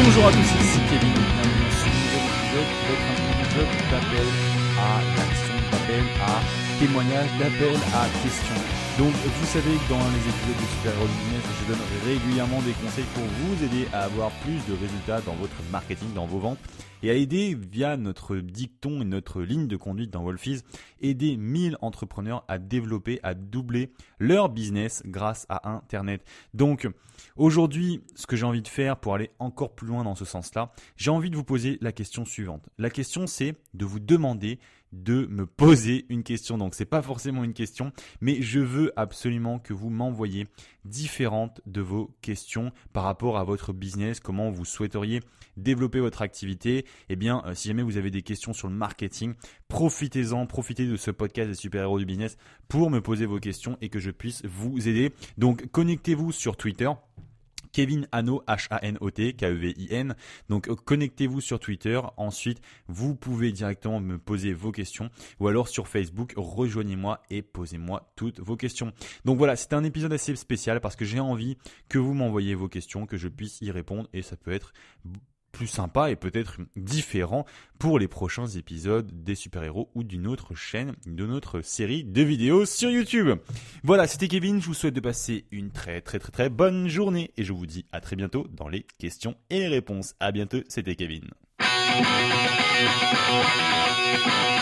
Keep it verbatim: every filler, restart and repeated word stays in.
Bonjour à tous, ici Kevin, bienvenue dans ce nouvel épisode qui va être un épisode d'appel à l'action, d'appel à témoignage, d'appel à questions. Donc vous savez que dans les épisodes de Super Héros Business, je donne régulièrement des conseils pour vous aider à avoir plus de résultats dans votre marketing, dans vos ventes et à aider via notre dicton et notre ligne de conduite dans Wolfies, aider mille entrepreneurs à développer, à doubler leur business grâce à Internet. Donc aujourd'hui, ce que j'ai envie de faire pour aller encore plus loin dans ce sens-là, j'ai envie de vous poser la question suivante. La question, c'est de vous demander de me poser une question. Donc, c'est pas forcément une question, mais je veux absolument que vous m'envoyiez différentes de vos questions par rapport à votre business, comment vous souhaiteriez développer votre activité. Eh bien, euh, si jamais vous avez des questions sur le marketing, profitez-en, profitez de ce podcast des super héros du business pour me poser vos questions et que je puisse vous aider. Donc, connectez-vous sur Twitter. Kevin Hanot, H A N O T, K E V I N. Donc, connectez-vous sur Twitter. Ensuite, vous pouvez directement me poser vos questions ou alors sur Facebook, rejoignez-moi et posez-moi toutes vos questions. Donc voilà, c'est un épisode assez spécial parce que j'ai envie que vous m'envoyiez vos questions, que je puisse y répondre et ça peut être plus sympa et peut-être différent pour les prochains épisodes des super-héros ou d'une autre chaîne, d'une autre série de vidéos sur YouTube. Voilà, c'était Kevin, je vous souhaite de passer une très très très très bonne journée et je vous dis à très bientôt dans les questions et les réponses. À bientôt, c'était Kevin.